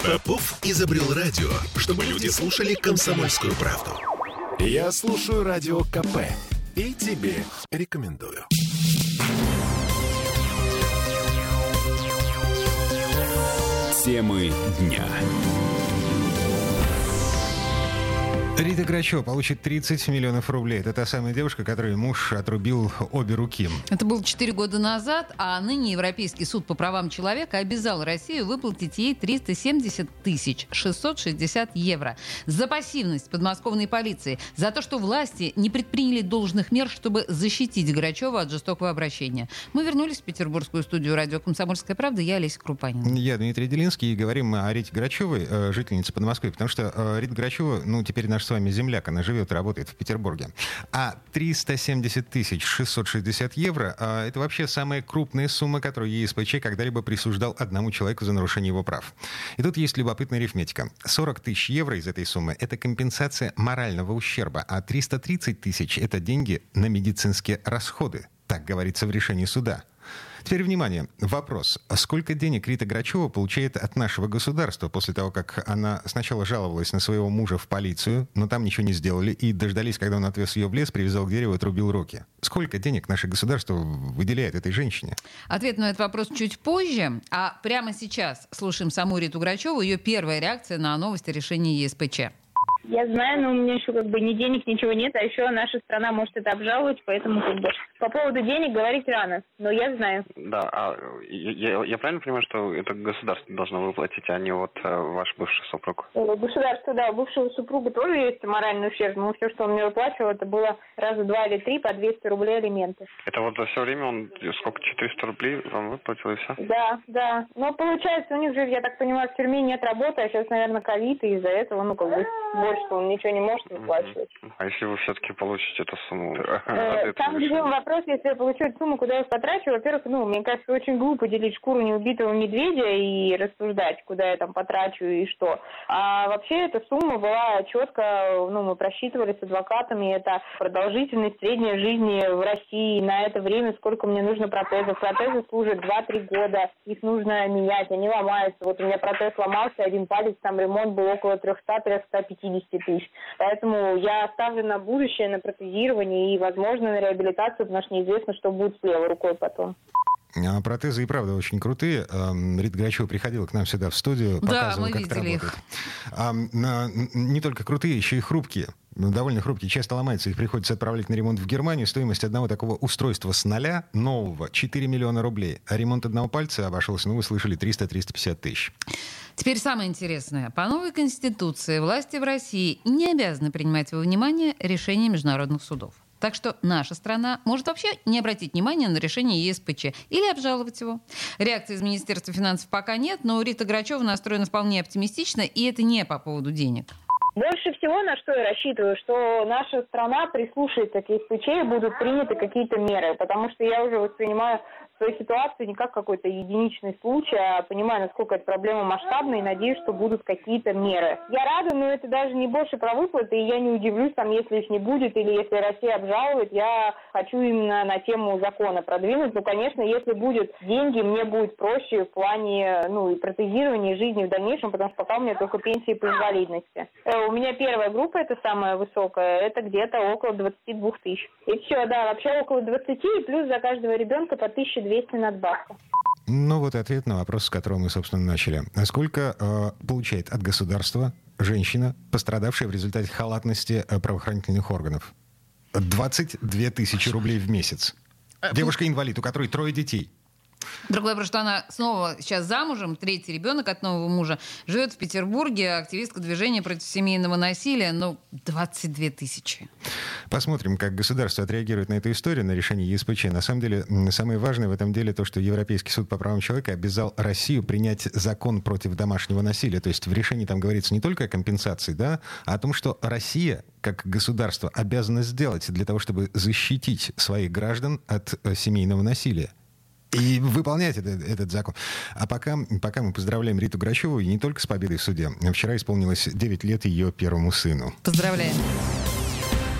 Попов изобрел радио, чтобы люди слушали «Комсомольскую правду». Я слушаю Радио КП и тебе рекомендую. Темы дня. Рита Грачева получит 30 миллионов рублей. Это та самая девушка, которой муж отрубил обе руки. Это было 4 года назад, а ныне Европейский суд по правам человека обязал Россию выплатить ей 370 660 евро за пассивность подмосковной полиции, за то, что власти не предприняли должных мер, чтобы защитить Грачеву от жестокого обращения. Мы вернулись в петербургскую студию радио «Комсомольская правда». Я Олеся Крупанина. Я Дмитрий Делинский. И говорим мы о Рите Грачевой, жительнице Подмосковья, потому что Рита Грачева, теперь наш с вами земляк, она живет и работает в Петербурге. А 370 660 евро это вообще самая крупная сумма, которую ЕСПЧ когда-либо присуждал одному человеку за нарушение его прав. И тут есть любопытная арифметика. 40 тысяч евро из этой суммы — это компенсация морального ущерба, а 330 тысяч — это деньги на медицинские расходы. Так говорится в решении суда. Теперь, внимание, вопрос. Сколько денег Рита Грачева получает от нашего государства после того, как она сначала жаловалась на своего мужа в полицию, но там ничего не сделали, и дождались, когда он отвез ее в лес, привязал к дереву и отрубил руки? Сколько денег наше государство выделяет этой женщине? Ответ на этот вопрос чуть позже. А прямо сейчас слушаем саму Риту Грачеву, ее первая реакция на новости о решении ЕСПЧ. Я знаю, но у меня еще ни денег, ничего нет, а еще наша страна может это обжаловать, поэтому по поводу денег говорить рано, но я знаю. Да, я правильно понимаю, что это государство должно выплатить, а не ваш бывший супруг? Государство, да, у бывшего супруга тоже есть моральный ущерб, но все, что он мне выплачивал, это было раза 2 или 3 по 200 рублей алименты. Это за все время он сколько, 400 рублей вам выплатил и все? Да, но получается, у них же, я так понимаю, в тюрьме нет работы, а сейчас, наверное, ковид, и из-за этого, больше он ничего не может выплачивать. А если вы все-таки получите эту сумму? Там любой вопрос, если я получу эту сумму, куда я их потрачу, во-первых, мне кажется, очень глупо делить шкуру неубитого медведя и рассуждать, куда я там потрачу и что. А вообще эта сумма была четко, мы просчитывали с адвокатами, это продолжительность средней жизни в России на это время, сколько мне нужно протезов. Протезы служат 2-3 года, их нужно менять, они ломаются. Вот у меня протез ломался, один палец, там ремонт был около 300-350 тысяч. Поэтому я ставлю на будущее, на протезирование и, возможно, на реабилитацию, потому что неизвестно, что будет с левой рукой потом. Протезы и правда очень крутые. Рита Грачева приходила к нам сюда в студию, показывала, как это работает. Не только крутые, еще и хрупкие. Довольно хрупкие, часто ломаются, их приходится отправлять на ремонт в Германию. Стоимость одного такого устройства с нуля, нового, 4 миллиона рублей. А ремонт одного пальца обошелся, вы слышали, 300-350 тысяч. Теперь самое интересное. По новой Конституции власти в России не обязаны принимать во внимание решения международных судов. Так что наша страна может вообще не обратить внимания на решение ЕСПЧ или обжаловать его. Реакции из Министерства финансов пока нет, но Рита Грачева настроена вполне оптимистично, и это не по поводу денег. Больше всего, на что я рассчитываю, что наша страна прислушается к ЕСПЧ и будут приняты какие-то меры, потому что я уже воспринимаю свою ситуацию не как какой-то единичный случай, а понимаю, насколько эта проблема масштабная, и надеюсь, что будут какие-то меры. Я рада, но это даже не больше про выплаты, и я не удивлюсь, если их не будет, или если Россия обжалует, я хочу именно на тему закона продвинуть. Конечно, если будут деньги, мне будет проще в плане, и протезирования, и жизни в дальнейшем, потому что пока у меня только пенсии по инвалидности. У меня первая группа, это самая высокая, это где-то около 22 тысяч. И все, вообще около 20, и плюс за каждого ребенка по 1200 надбавка. Ответ на вопрос, с которого мы, собственно, начали. А сколько получает от государства женщина, пострадавшая в результате халатности правоохранительных органов? 22 тысячи рублей в месяц. Девушка-инвалид, у которой 3 детей. Другой вопрос, что она снова сейчас замужем, 3-й ребенок от нового мужа, живет в Петербурге, активистка движения против семейного насилия, 22 тысячи. Посмотрим, как государство отреагирует на эту историю, на решение ЕСПЧ. На самом деле, самое важное в этом деле то, что Европейский суд по правам человека обязал Россию принять закон против домашнего насилия. То есть в решении там говорится не только о компенсации, а о том, что Россия, как государство, обязана сделать для того, чтобы защитить своих граждан от семейного насилия. И выполнять этот закон. А пока мы поздравляем Риту Грачеву, и не только с победой в суде. Вчера исполнилось 9 лет ее первому сыну. Поздравляем.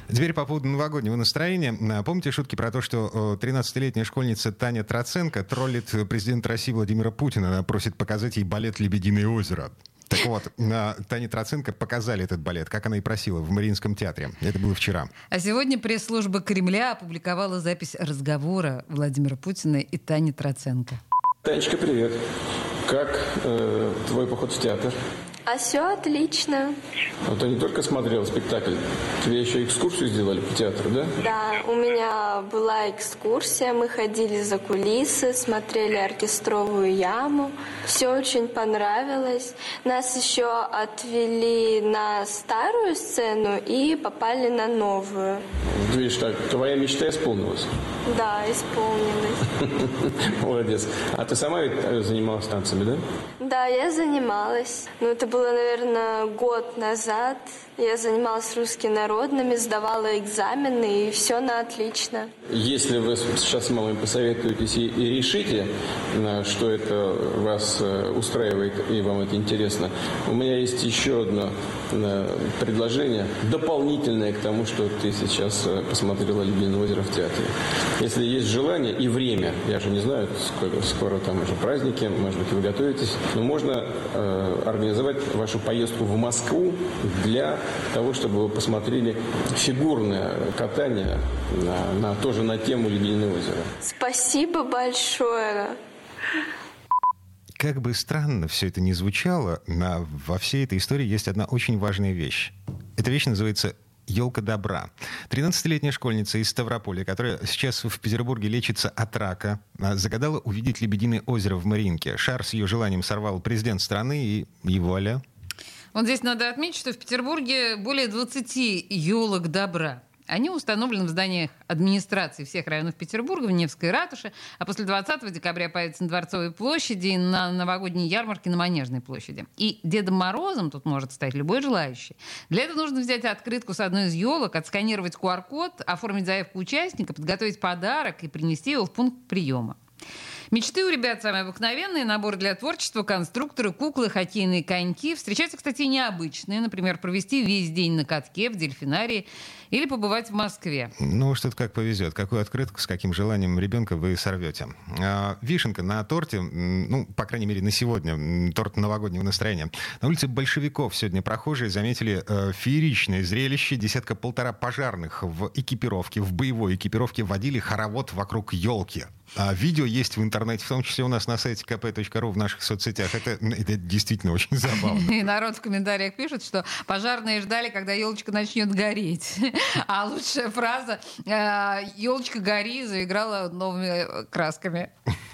Теперь по поводу новогоднего настроения. Помните шутки про то, что 13-летняя школьница Таня Троценко троллит президента России Владимира Путина? Она просит показать ей балет «Лебединое озеро». Так вот, Тане Троценко показали этот балет, как она и просила, в Мариинском театре. Это было вчера. А сегодня пресс-служба Кремля опубликовала запись разговора Владимира Путина и Тани Троценко. Танечка, привет. Как твой поход в театр? А все отлично. А ты не только смотрел спектакль, тебе еще экскурсию сделали по театру, да? Да, у меня была экскурсия, мы ходили за кулисы, смотрели оркестровую яму. Все очень понравилось. Нас еще отвели на старую сцену и попали на новую. Видишь, так, твоя мечта исполнилась? Да, исполнилась. Молодец. А ты сама ведь занималась танцами, да? Да, я занималась. Это было, наверное, год назад. Я занималась русскими народными, сдавала экзамены, и все на отлично. Если вы сейчас с мамой посоветуетесь и решите, что это вас устраивает и вам это интересно, у меня есть еще одно предложение, дополнительное к тому, что ты сейчас посмотрела «Лебединое озеро» в театре. Если есть желание и время, я же не знаю, скоро там уже праздники, может быть, вы готовитесь, но можно организовать вашу поездку в Москву для того, чтобы вы посмотрели фигурное катание тоже на тему «Лебединое озеро». Спасибо большое. Как бы странно все это ни звучало, во всей этой истории есть одна очень важная вещь. Эта вещь называется «Елка добра». 13-летняя школьница из Ставрополя, которая сейчас в Петербурге лечится от рака, загадала увидеть Лебединое озеро в Мариинке. Шар с ее желанием сорвал президент страны и вуаля. Вот здесь надо отметить, что в Петербурге более 20 елок добра. Они установлены в зданиях администрации всех районов Петербурга, в Невской ратуше, а после 20 декабря появятся на Дворцовой площади и на новогодней ярмарке на Манежной площади. И Дедом Морозом тут может стать любой желающий. Для этого нужно взять открытку с одной из елок, отсканировать QR-код, оформить заявку участника, подготовить подарок и принести его в пункт приема. Мечты у ребят самые обыкновенные. Набор для творчества, конструкторы, куклы, хоккейные коньки. Встречаются, кстати, необычные. Например, провести весь день на катке в дельфинарии или побывать в Москве. Ну, что-то как повезет. Какую открытку, с каким желанием ребенка вы сорвете. Вишенка на торте, по крайней мере, на сегодня, торт новогоднего настроения. На улице Большевиков сегодня прохожие заметили фееричное зрелище. 1,5 пожарных в экипировке, в боевой экипировке водили хоровод вокруг елки. Видео есть в интернете, в том числе у нас на сайте kp.ru, в наших соцсетях. Это действительно очень забавно. И народ в комментариях пишет, что пожарные ждали, когда елочка начнет гореть. А лучшая фраза «Елочка, гори» заиграла новыми красками.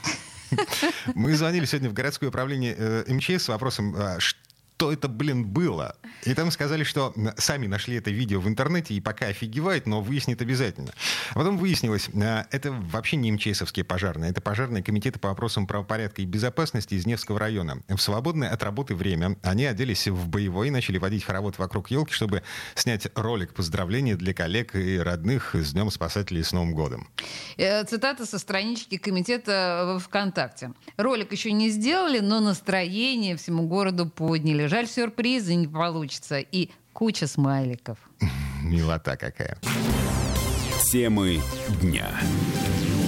Мы звонили сегодня в городское управление МЧС с вопросом, что это, было. И там сказали, что сами нашли это видео в интернете и пока офигевают, но выяснят обязательно. А потом выяснилось, это вообще не МЧСовские пожарные, это пожарные комитеты по вопросам правопорядка и безопасности из Невского района. В свободное от работы время они оделись в боевой и начали водить хоровод вокруг елки, чтобы снять ролик поздравления для коллег и родных с Днем спасателей и с Новым годом. Цитата со странички комитета ВКонтакте. Ролик еще не сделали, но настроение всему городу подняли. Жаль, сюрприза не получится. И куча смайликов. Милота какая. Темы дня.